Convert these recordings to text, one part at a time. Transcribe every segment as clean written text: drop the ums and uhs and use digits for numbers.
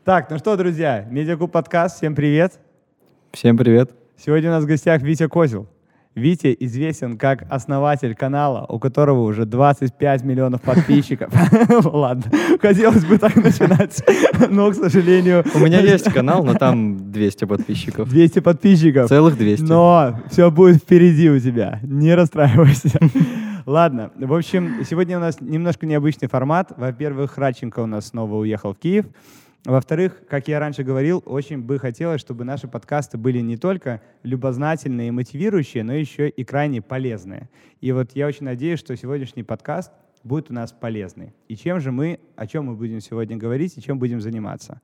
Так, ну что, друзья, Медиакуб подкаст, всем привет. Всем привет. Сегодня у нас в гостях Витя Козел. Витя известен как основатель канала, у которого уже 25 миллионов подписчиков. Ладно, хотелось бы так начинать, но, к сожалению... У меня есть канал, но там 200 подписчиков. 200 подписчиков. Целых 200. Но все будет впереди у тебя, не расстраивайся. Ладно, в общем, сегодня у нас немножко необычный формат. Во-первых, Радченко у нас снова уехал в Киев. Во-вторых, как я раньше говорил, очень бы хотелось, чтобы наши подкасты были не только любознательные и мотивирующие, но еще и крайне полезные. И вот я очень надеюсь, что сегодняшний подкаст будет у нас полезный. И о чем мы будем сегодня говорить и чем будем заниматься.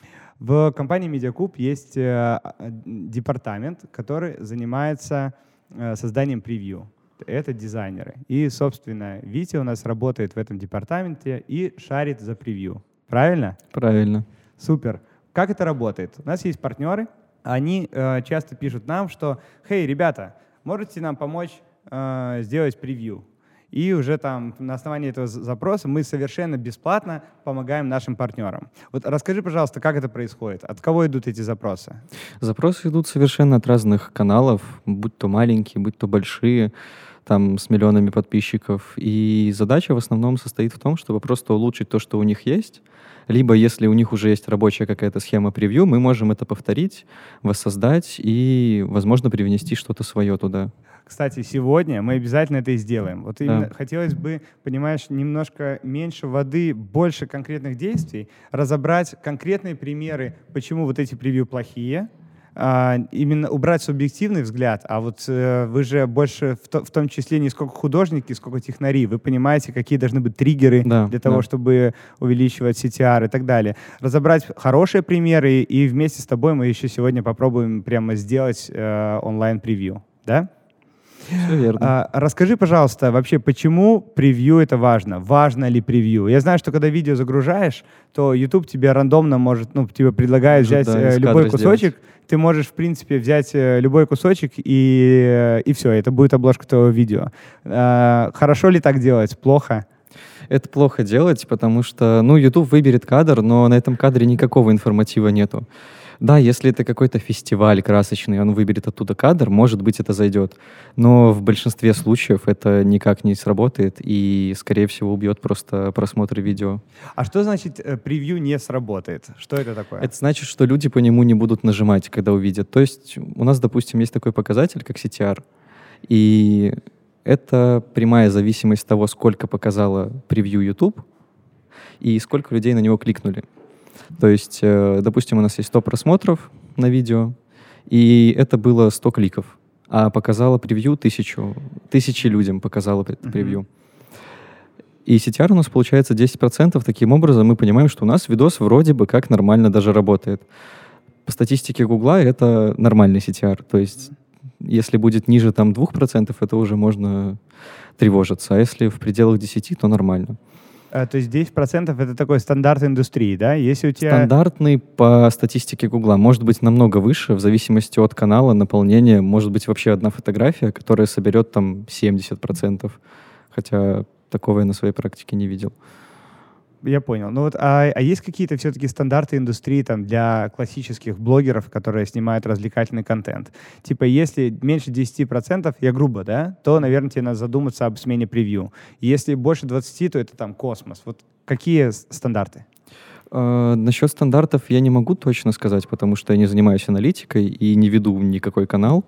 В компании Медиакуб есть департамент, который занимается созданием превью. Это дизайнеры. И, собственно, Витя у нас работает в этом департаменте и шарит за превью. Правильно? Правильно. Супер. Как это работает? У нас есть партнеры, они часто пишут нам, что «Хей, ребята, можете нам помочь сделать превью?» И уже там на основании этого запроса мы совершенно бесплатно помогаем нашим партнерам. Вот расскажи, пожалуйста, как это происходит? От кого идут эти запросы? Запросы идут совершенно от разных каналов, будь то маленькие, будь то большие, там с миллионами подписчиков. И задача в основном состоит в том, чтобы просто улучшить то, что у них есть. Либо, если у них уже есть рабочая какая-то схема превью, мы можем это повторить, воссоздать и, возможно, привнести что-то свое туда. Кстати, сегодня мы обязательно это и сделаем. Вот именно хотелось бы, понимаешь, немножко меньше воды, больше конкретных действий, разобрать конкретные примеры, почему вот эти превью плохие, именно убрать субъективный взгляд, а вот вы же больше в том числе не сколько художники, сколько технари. Вы понимаете, какие должны быть триггеры для того, чтобы увеличивать CTR и так далее. Разобрать хорошие примеры, и вместе с тобой мы еще сегодня попробуем прямо сделать онлайн-превью. Да? Все верно. Расскажи, пожалуйста, вообще, почему превью это важно? Важно ли превью? Я знаю, что когда видео загружаешь, то YouTube тебе рандомно тебе предлагает взять любой кусочек. Ты можешь, в принципе, взять любой кусочек, и все, это будет обложка твоего видео. Хорошо ли так делать? Плохо? Это плохо делать, потому что, YouTube выберет кадр, но на этом кадре никакого информатива нету. Да, если это какой-то фестиваль красочный, он выберет оттуда кадр, может быть, это зайдет. Но в большинстве случаев это никак не сработает и, скорее всего, убьет просто просмотр видео. А что значит превью не сработает? Что это такое? Это значит, что люди по нему не будут нажимать, когда увидят. То есть у нас, допустим, есть такой показатель, как CTR, и это прямая зависимость того, сколько показало превью YouTube и сколько людей на него кликнули. То есть, допустим, у нас есть 100 просмотров на видео, и это было 100 кликов, а показало превью 1000 людям показало превью. И CTR у нас получается 10%. Таким образом, мы понимаем, что у нас видос вроде бы как нормально даже работает. По статистике Гугла это нормальный CTR. То есть, если будет ниже там 2%, это уже можно тревожиться. А если в пределах 10%, то нормально. То есть 10% это такой стандарт индустрии, да? Если у тебя... Стандартный по статистике Гугла. Может быть намного выше, в зависимости от канала, наполнения. Может быть вообще одна фотография, которая соберет там 70%. Хотя такого я на своей практике не видел. Я понял. Ну вот, а есть какие-то все-таки стандарты индустрии там, для классических блогеров, которые снимают развлекательный контент? Типа, если меньше 10%, я грубо, да, то, наверное, тебе надо задуматься об смене превью. Если больше 20%, то это там космос. Вот какие стандарты? Насчет стандартов я не могу точно сказать, потому что я не занимаюсь аналитикой и не веду никакой канал.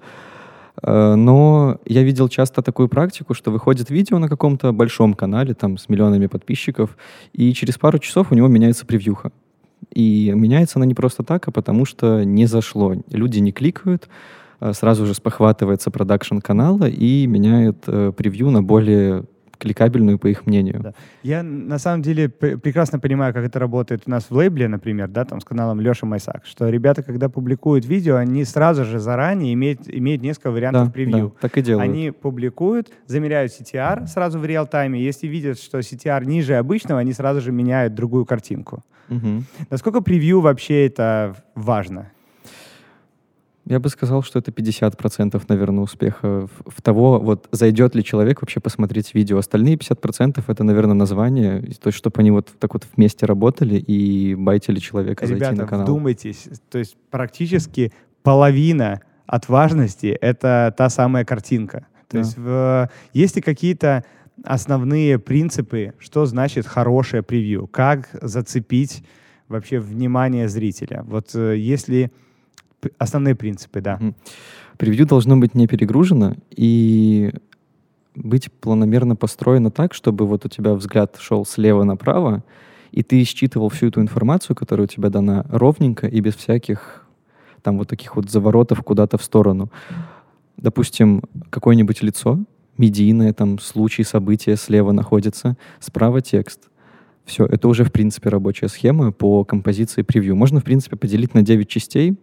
Но я видел часто такую практику, что выходит видео на каком-то большом канале, там, с миллионами подписчиков, и через пару часов у него меняется превьюха. И меняется она не просто так, а потому что не зашло. Люди не кликают, сразу же спохватывается продакшн канала и меняет превью на более кликабельную, по их мнению. Да. Я на самом деле прекрасно понимаю, как это работает у нас в лейбле, например, да, там с каналом Леша Майсак, что ребята, когда публикуют видео, они сразу же заранее имеют несколько вариантов превью. Да, так и делают. Они публикуют, замеряют CTR сразу в реал-тайме. Если видят, что CTR ниже обычного, они сразу же меняют другую картинку. Насколько превью вообще это важно? Я бы сказал, что это 50%, наверное, успеха в того, вот зайдет ли человек вообще посмотреть видео. Остальные 50% это, наверное, название, то есть чтобы они вот так вот вместе работали и байтили человека зайти на Ребята, канал. вдумайтесь, то есть практически половина от важности — это та самая картинка. То Да. есть есть ли какие-то основные принципы, что значит хорошее превью? Как зацепить вообще внимание зрителя? Вот если основные принципы, да. Превью должно быть не перегружено и быть планомерно построено так, чтобы вот у тебя взгляд шел слева направо, и ты считывал всю эту информацию, которая у тебя дана, ровненько и без всяких там вот таких вот заворотов куда-то в сторону. Допустим, какое-нибудь лицо, медийное, там случай, событие слева находится, справа текст. Все, это уже, в принципе, рабочая схема по композиции превью. Можно, в принципе, поделить на 9 частей,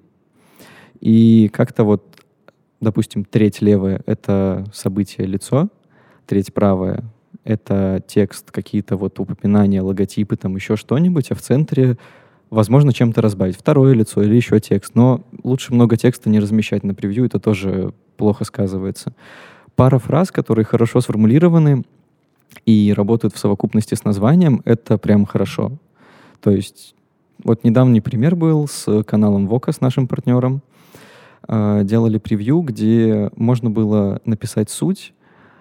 и как-то вот, допустим, треть левая — это событие, лицо, треть правая — это текст, какие-то вот упоминания, логотипы, там еще что-нибудь, а в центре, возможно, чем-то разбавить. Второе лицо или еще текст. Но лучше много текста не размещать на превью, это тоже плохо сказывается. Пара фраз, которые хорошо сформулированы и работают в совокупности с названием, это прям хорошо. То есть вот недавний пример был с каналом Вока, с нашим партнером. Делали превью, где можно было написать суть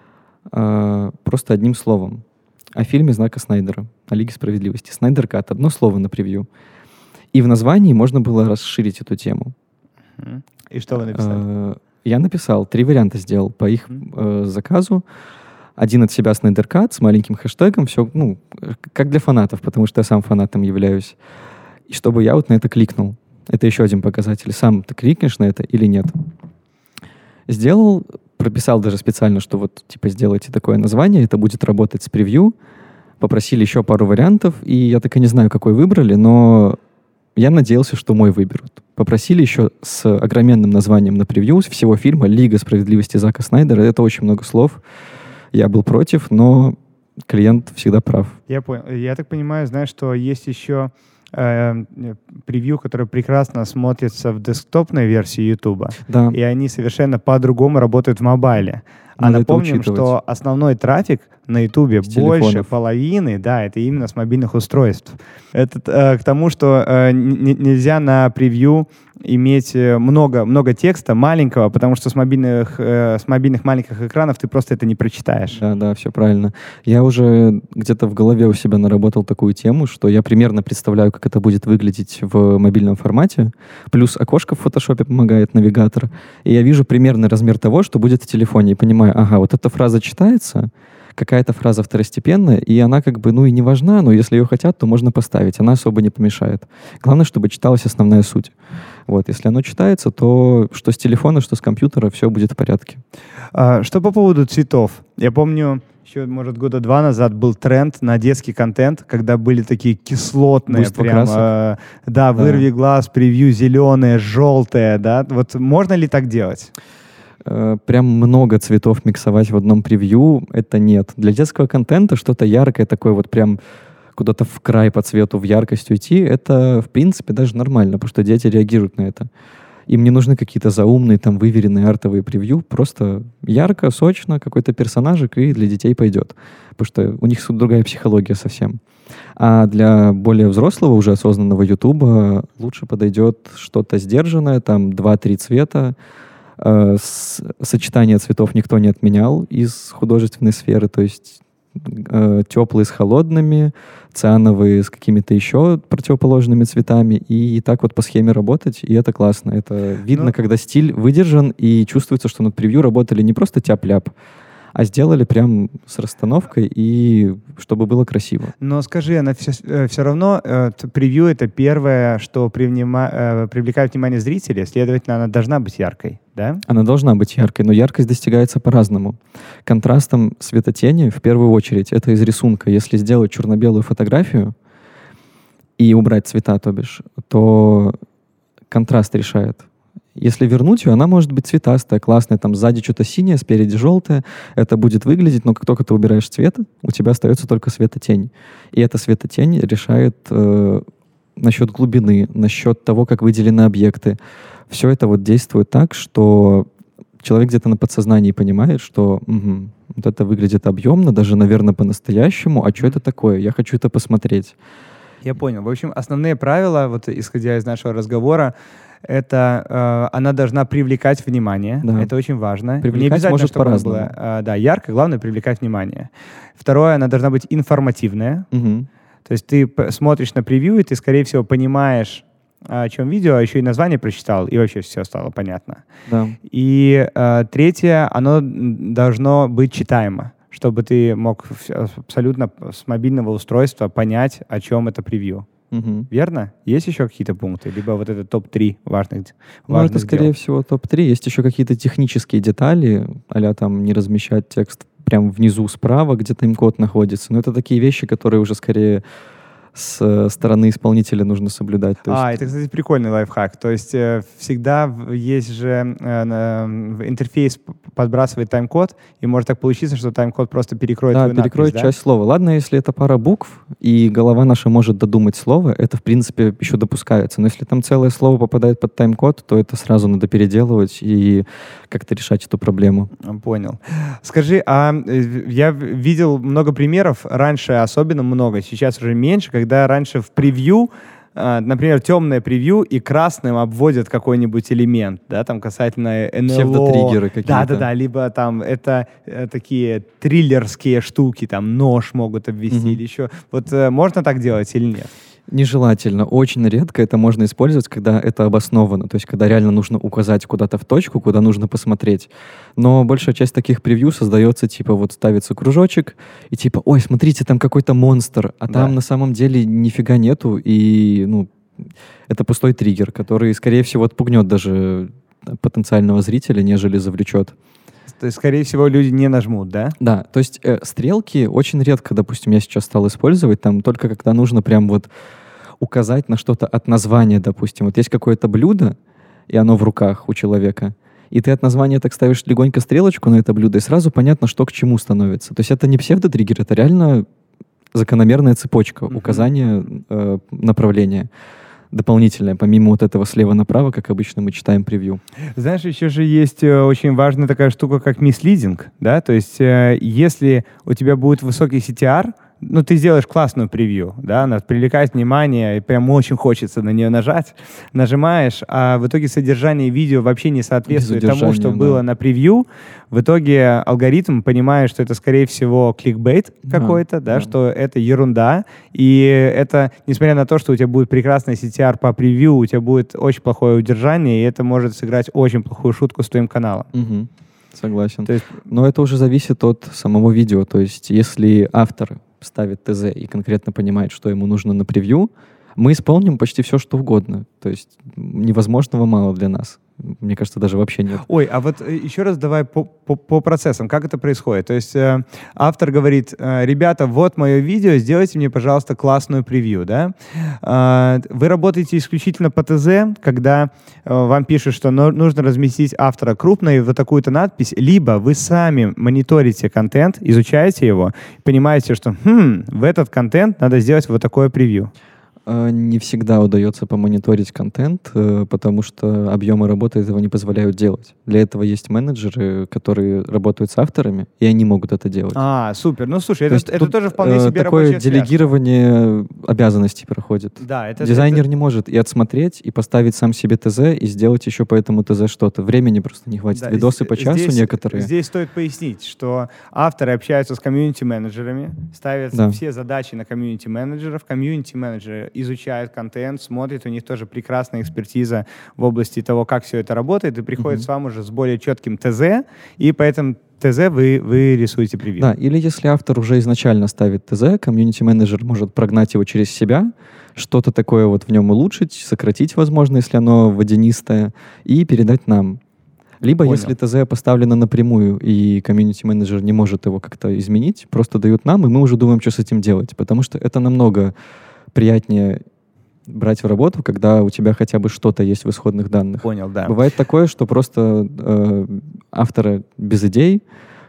просто одним словом. О фильме «Знака Снайдера», о Лиге справедливости. «Снайдер Кат» — одно слово на превью. И в названии можно было расширить эту тему. И что вы написали? Я написал, 3 варианта сделал по их заказу. Один от себя «Снайдер Кат» с маленьким хэштегом. Все, ну, как для фанатов, потому что я сам фанатом являюсь. И чтобы я вот на это кликнул. Это еще один показатель. Сам ты кликнешь на это или нет. Сделал, прописал даже специально, что вот типа сделайте такое название, это будет работать с превью. Попросили еще пару вариантов, и я так и не знаю, какой выбрали, но я надеялся, что мой выберут. Попросили еще с огроменным названием на превью всего фильма «Лига справедливости» Зака Снайдера. Это очень много слов. Я был против, но клиент всегда прав. Я понял. Я так понимаю, знаешь, что есть еще превью, которые прекрасно смотрятся в десктопной версии YouTube, Да. и они совершенно по-другому работают в мобайле. А Надо это напомним, учитывать. что основной трафик на YouTube С больше телефонов. половины, да, это именно с мобильных устройств. Это к тому, что нельзя на превью иметь много текста маленького, потому что с мобильных маленьких экранов ты просто это не прочитаешь. Да, все правильно. Я уже где-то в голове у себя наработал такую тему, что я примерно представляю, как это будет выглядеть в мобильном формате. Плюс окошко в фотошопе помогает, навигатор. И я вижу примерный размер того, что будет в телефоне. И понимаю, ага, вот эта фраза читается, какая-то фраза второстепенная, и она как бы, ну и не важна, но если ее хотят, то можно поставить. Она особо не помешает. Главное, чтобы читалась основная суть. Вот, если оно читается, то что с телефона, что с компьютера, все будет в порядке. Что по поводу цветов? Я помню, еще, может, года 2 назад был тренд на детский контент, когда были такие кислотные, Буйство прям, красок. да, вырви глаз, превью зеленое, желтое, да? Вот можно ли так делать? Прям много цветов миксовать в одном превью — это нет. Для детского контента что-то яркое, такое вот прям куда-то в край по цвету, в яркость уйти, это, в принципе, даже нормально, потому что дети реагируют на это. Им не нужны какие-то заумные, там, выверенные артовые превью, просто ярко, сочно, какой-то персонажик, и для детей пойдет. Потому что у них другая психология совсем. А для более взрослого, уже осознанного Ютуба лучше подойдет что-то сдержанное, там, 2-3 цвета. Сочетание цветов никто не отменял из художественной сферы, то есть теплые с холодными, циановые с какими-то еще противоположными цветами, и так вот по схеме работать, и это классно. Это видно, когда стиль выдержан, и чувствуется, что над превью работали не просто тяп-ляп, а сделали прям с расстановкой, и чтобы было красиво. Но скажи, она все равно превью — это первое, что привлекает внимание зрителей, следовательно, она должна быть яркой, да? Она должна быть яркой, но яркость достигается по-разному. Контрастом светотени, в первую очередь, это из рисунка. Если сделать черно-белую фотографию и убрать цвета, то бишь, то контраст решает. Если вернуть ее, она может быть цветастая, классная, там сзади что-то синее, спереди желтое. Это будет выглядеть, но как только ты убираешь цвет, у тебя остается только светотень. И эта светотень решает насчет глубины, насчет того, как выделены объекты. Все это вот действует так, что человек где-то на подсознании понимает, что вот это выглядит объемно, даже, наверное, по-настоящему. А что это такое? Я хочу это посмотреть. Я понял. В общем, основные правила, вот исходя из нашего разговора, это она должна привлекать внимание. Да. Это очень важно. Не Привлекать обязательно, может чтобы она по-разному. была ярко, главное привлекать внимание. Второе, она должна быть информативная. Мгм. То есть ты смотришь на превью, и ты, скорее всего, понимаешь, о чем видео, а еще и название прочитал, и вообще все стало понятно. Да. И третье, оно должно быть читаемо, чтобы ты мог абсолютно с мобильного устройства понять, о чем это превью. Мгм. Верно? Есть еще какие-то пункты? Либо вот это топ-3 важных Ну, это, скорее дел? всего, топ-3. Есть еще какие-то технические детали, а-ля там не размещать текст прямо внизу справа, где тайм-код находится. Но это такие вещи, которые уже скорее с стороны исполнителя нужно соблюдать. То есть, Это, кстати, прикольный лайфхак. То есть всегда есть же интерфейс подбрасывает тайм-код, и может так получиться, что тайм-код просто перекроет да, твою надпись, перекроет да? часть слова. Ладно, если это пара букв, и голова наша может додумать слово, это, в принципе, еще допускается. Но если там целое слово попадает под тайм-код, то это сразу надо переделывать и как-то решать эту проблему. Понял. Скажи, я видел много примеров, раньше особенно много, сейчас уже меньше, когда раньше в превью, например, темное превью и красным обводят какой-нибудь элемент, да, там касательно НЛО. Псевдотриггеры какие-то. Да, либо там это такие триллерские штуки, там нож могут обвести или еще. Вот можно так делать или нет? Нежелательно. Очень редко это можно использовать, когда это обосновано. То есть, когда реально нужно указать куда-то в точку, куда нужно посмотреть. Но большая часть таких превью создается, типа, вот ставится кружочек, и типа, ой, смотрите, там какой-то монстр, а там на самом деле нифига нету, и, это пустой триггер, который, скорее всего, отпугнет даже потенциального зрителя, нежели завлечет. То есть, скорее всего, люди не нажмут, да? Да, то есть стрелки очень редко, допустим, я сейчас стал использовать, там только когда нужно прям вот указать на что-то от названия, допустим. Вот есть какое-то блюдо, и оно в руках у человека, и ты от названия так ставишь легонько стрелочку на это блюдо, и сразу понятно, что к чему становится. То есть это не псевдотриггер, это реально закономерная цепочка указания направления. Дополнительное, помимо вот этого слева направо, как обычно мы читаем превью. Знаешь, еще же есть очень важная такая штука, как мислидинг, да, то есть если у тебя будет высокий CTR, ты сделаешь классную превью, да, она привлекает внимание, и прям очень хочется на нее нажать, нажимаешь, а в итоге содержание видео вообще не соответствует тому, что было на превью. В итоге алгоритм понимает, что это, скорее всего, кликбейт какой-то, да, что это ерунда, и это, несмотря на то, что у тебя будет прекрасный CTR по превью, у тебя будет очень плохое удержание, и это может сыграть очень плохую шутку с твоим каналом. Угу. Согласен. То есть... Но это уже зависит от самого видео, то есть если автор ставит ТЗ и конкретно понимает, что ему нужно на превью, мы исполним почти все, что угодно. То есть невозможного мало для нас. Мне кажется, даже вообще нет. Ой, а вот еще раз давай по процессам. Как это происходит? То есть автор говорит, ребята, вот мое видео, сделайте мне, пожалуйста, классную превью, да? Вы работаете исключительно по ТЗ, когда вам пишут, что нужно разместить автора крупно и вот такую-то надпись, либо вы сами мониторите контент, изучаете его, понимаете, что в этот контент надо сделать вот такое превью. Не всегда удается помониторить контент, потому что объемы работы этого не позволяют делать. Для этого есть менеджеры, которые работают с авторами, и они могут это делать. Супер. Ну, слушай, То это тоже вполне себе такое рабочая связка. делегирование обязанностей проходит. Да, Дизайнер не может и отсмотреть, и поставить сам себе ТЗ, и сделать еще по этому ТЗ что-то. Времени просто не хватит. Видосы по часу некоторые. Здесь стоит пояснить, что авторы общаются с комьюнити-менеджерами, ставят все задачи на комьюнити-менеджеров, комьюнити-менеджеры изучают контент, смотрят, у них тоже прекрасная экспертиза в области того, как все это работает, и приходят с вами уже с более четким ТЗ, и по этому ТЗ вы рисуете превью. Да, или если автор уже изначально ставит ТЗ, комьюнити-менеджер может прогнать его через себя, что-то такое вот в нем улучшить, сократить, возможно, если оно водянистое, и передать нам. Либо, если ТЗ поставлено напрямую, и комьюнити-менеджер не может его как-то изменить, просто дают нам, и мы уже думаем, что с этим делать, потому что это намного приятнее брать в работу, когда у тебя хотя бы что-то есть в исходных данных. Понял, да. Бывает такое, что просто авторы без идей,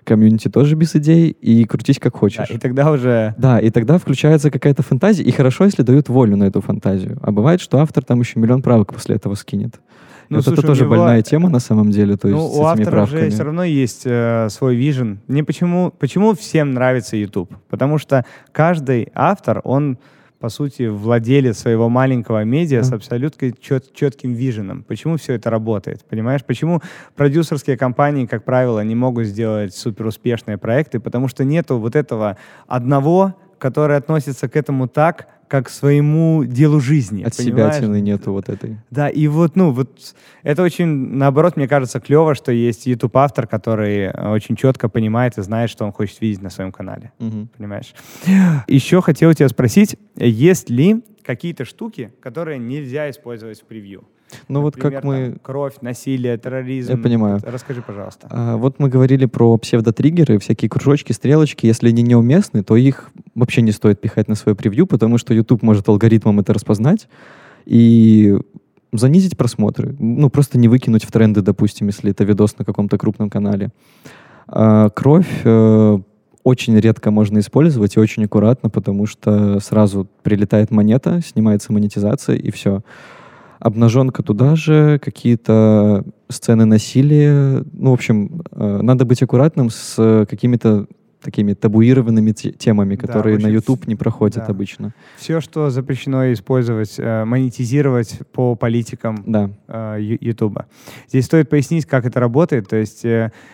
комьюнити тоже без идей, и крутись как Да, хочешь. и тогда уже... Да, и тогда включается какая-то фантазия, и хорошо, если дают волю на эту фантазию. А бывает, что автор там еще миллион правок после этого скинет. Ну, Вот слушай, это у тоже него- больная тема на самом деле, то есть Ну, с у этими авторов правками. же все равно есть свой вижен. Почему всем нравится YouTube? Потому что каждый автор, он, по сути, владелец своего маленького медиа Да. с абсолютно четким виженом. Почему все это работает? Понимаешь? Почему продюсерские компании, как правило, не могут сделать суперуспешные проекты? Потому что нету вот этого одного, который относится к этому так, как к своему делу жизни. От понимаешь? себятины нету вот этой. Да, и вот это очень, наоборот, мне кажется, клево, что есть YouTube-автор, который очень четко понимает и знает, что он хочет видеть на своем канале. Мгм. Понимаешь? Еще хотел у тебя спросить, есть ли какие-то штуки, которые нельзя использовать в превью? Ну вот Например, как мы... там, кровь, насилие, терроризм. Я понимаю. Расскажи, пожалуйста. Вот мы говорили про псевдотриггеры, всякие кружочки, стрелочки. Если они неуместны, то их вообще не стоит пихать на свое превью, потому что YouTube может алгоритмом это распознать и занизить просмотры. Ну, просто не выкинуть в тренды, допустим, если это видос на каком-то крупном канале. Кровь очень редко можно использовать и очень аккуратно, потому что сразу прилетает монета, снимается монетизация и все. Обнаженка туда же, какие-то сцены насилия. Ну, в общем, надо быть аккуратным с какими-то такими табуированными темами, Да, которые в на общем, YouTube не проходят да. обычно. Все, что запрещено использовать, монетизировать по политикам Да. YouTube. Здесь стоит пояснить, как это работает. То есть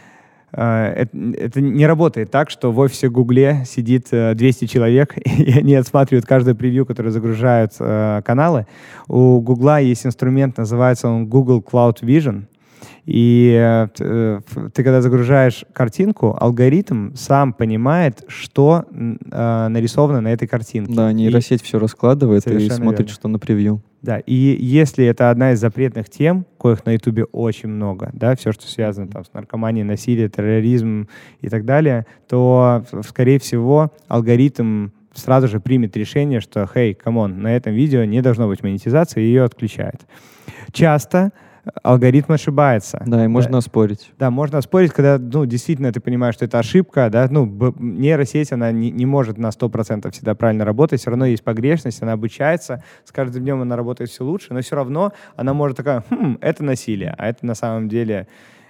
это не работает так, что в офисе Гугле сидит 200 человек, и они отсматривают каждое превью, которое загружают каналы. У Гугла есть инструмент, называется он Google Cloud Vision. И ты, когда загружаешь картинку, алгоритм сам понимает, что нарисовано на этой картинке. Да, нейросеть все раскладывает и Совершенно смотрит, верно. что на превью. Да, и если это одна из запретных тем, коих на Ютубе очень много, да, все, что связано там с наркоманией, насилием, терроризмом и так далее, то, скорее всего, алгоритм сразу же примет решение, что, хей, камон, на этом видео не должно быть монетизации, и ее отключает. Часто алгоритм ошибается. Да, и можно оспорить. Да, можно оспорить, когда, действительно ты понимаешь, что это ошибка, да, нейросеть, она не может на 100% всегда правильно работать, все равно есть погрешность, она обучается, с каждым днем она работает все лучше, но все равно она может такая, это насилие, а это на самом деле,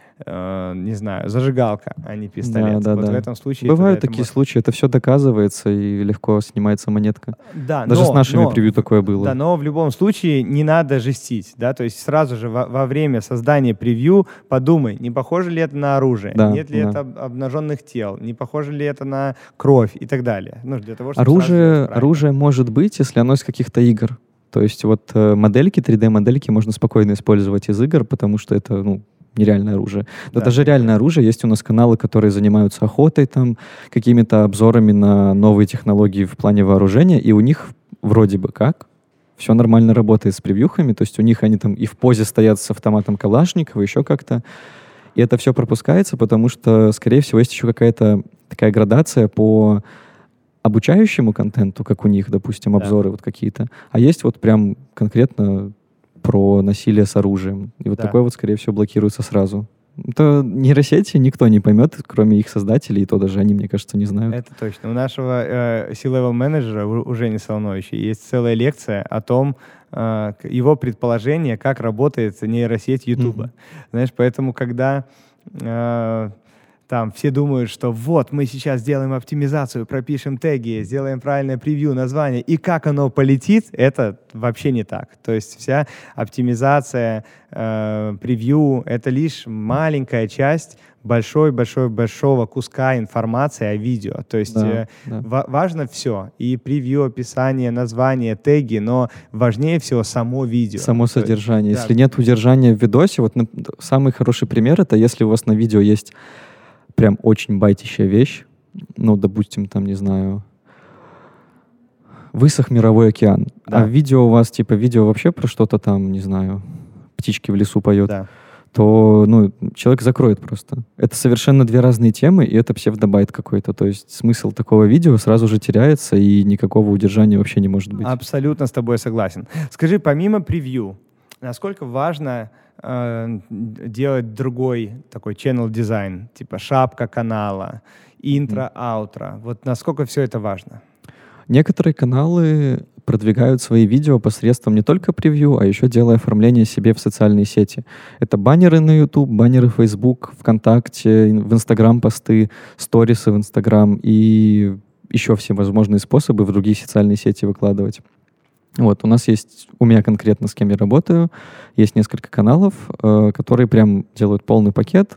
не знаю, зажигалка, а не пистолет. Да. В этом случае... Бывают это такие может- случаи, это все доказывается и легко снимается монетка. Да, Даже с нашими но- превью такое было. Да, но в любом случае не надо жестить, да, то есть сразу же во время создания превью подумай, не похоже ли это на оружие, Да, нет ли да. это обнаженных тел, не похоже ли это на кровь и так далее. Для того, чтобы сразу сделать правильно. Оружие может быть, если оно из каких-то игр. То есть вот модельки, 3D-модельки можно спокойно использовать из игр, потому что это, нереальное оружие. Да, Да, даже реальное оружие. Есть у нас каналы, которые занимаются охотой, там, какими-то обзорами на новые технологии в плане вооружения, и у них вроде бы как все нормально работает с превьюхами, то есть у них они там и в позе стоят с автоматом Калашникова, еще как-то. И это все пропускается, потому что, скорее всего, есть еще какая-то такая градация по обучающему контенту, как у них, допустим, обзоры вот какие-то. А есть вот прям конкретно про насилие с оружием. И вот Да. такое вот, скорее всего, блокируется сразу. Это нейросети никто не поймет, кроме их создателей, и то даже они, мне кажется, не знают. Это точно. У нашего C-level менеджера, у Жени Солоновича, есть целая лекция о том, его предположение, как работает нейросеть Ютуба. Знаешь, поэтому, когда там все думают, что вот, мы сейчас сделаем оптимизацию, пропишем теги, сделаем правильное превью, название, и как оно полетит, это вообще не так. То есть вся оптимизация, превью — это лишь маленькая часть большого куска информации о видео. То есть Да. важно все. И превью, описание, название, теги, но важнее всего само видео. Само То есть, содержание. да. Если нет удержания в видосе, вот самый хороший пример — это если у вас на видео есть прям очень байтящая вещь, допустим, там, не знаю, высох мировой океан, Да. а видео у вас, видео вообще про что-то там, не знаю, птички в лесу поют, Да. то, человек закроет просто. Это совершенно две разные темы, и это псевдобайт какой-то. То есть смысл такого видео сразу же теряется, и никакого удержания вообще не может быть. Абсолютно с тобой согласен. Скажи, помимо превью, насколько важно делать другой такой channel дизайн, типа шапка канала, интро, аутро? Вот насколько все это важно? Некоторые каналы продвигают свои видео посредством не только превью, а еще делая оформление себе в социальные сети. Это баннеры на YouTube, баннеры в Facebook, ВКонтакте, в Instagram посты, сторисы в Instagram и еще всевозможные способы в другие социальные сети выкладывать. Вот, у меня конкретно, с кем я работаю, есть несколько каналов, которые прям делают полный пакет,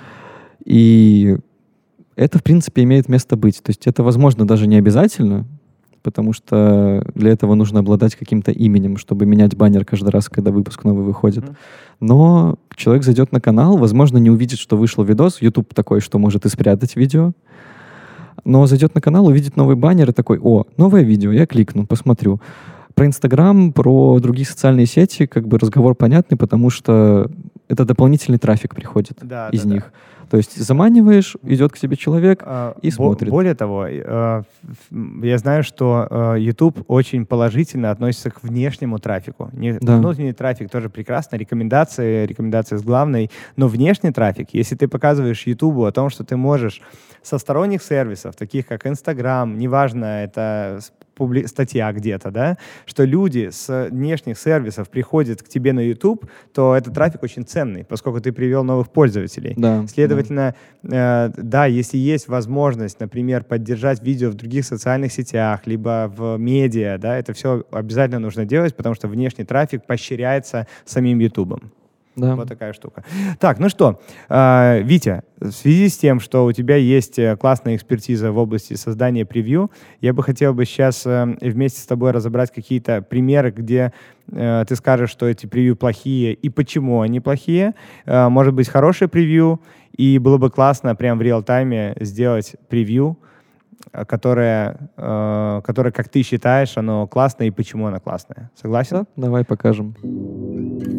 и это, в принципе, имеет место быть. То есть это, возможно, даже не обязательно, потому что для этого нужно обладать каким-то именем, чтобы менять баннер каждый раз, когда выпуск новый выходит. Но человек зайдет на канал, возможно, не увидит, что вышел видос. YouTube такой, что может и спрятать видео. Но зайдет на канал, увидит новый баннер и такой: о, новое видео, я кликну, посмотрю. Про Инстаграм, про другие социальные сети как бы разговор понятный, потому что это дополнительный трафик приходит из них. Да. То есть заманиваешь, идет к тебе человек и смотрит. Более того, я знаю, что YouTube очень положительно относится к внешнему трафику. Внутренний трафик тоже прекрасно, рекомендации с главной, но внешний трафик, если ты показываешь YouTube о том, что ты можешь со сторонних сервисов, таких как Instagram, неважно, это статья где-то, да, что люди с внешних сервисов приходят к тебе на YouTube, то этот трафик очень ценный, поскольку ты привел новых пользователей. Да, следовательно, да, если есть возможность, например, поддержать видео в других социальных сетях, либо в медиа, да, это все обязательно нужно делать, потому что внешний трафик поощряется самим YouTube. Да. Вот такая штука. Так, ну что, Витя, в связи с тем, что у тебя есть классная экспертиза в области создания превью, я бы хотел сейчас вместе с тобой разобрать какие-то примеры, где ты скажешь, что эти превью плохие и почему они плохие. Может быть, хорошее превью, и было бы классно прямо в реал-тайме сделать превью, которое, как ты считаешь, оно классное и почему оно классное. Согласен? Да, давай покажем.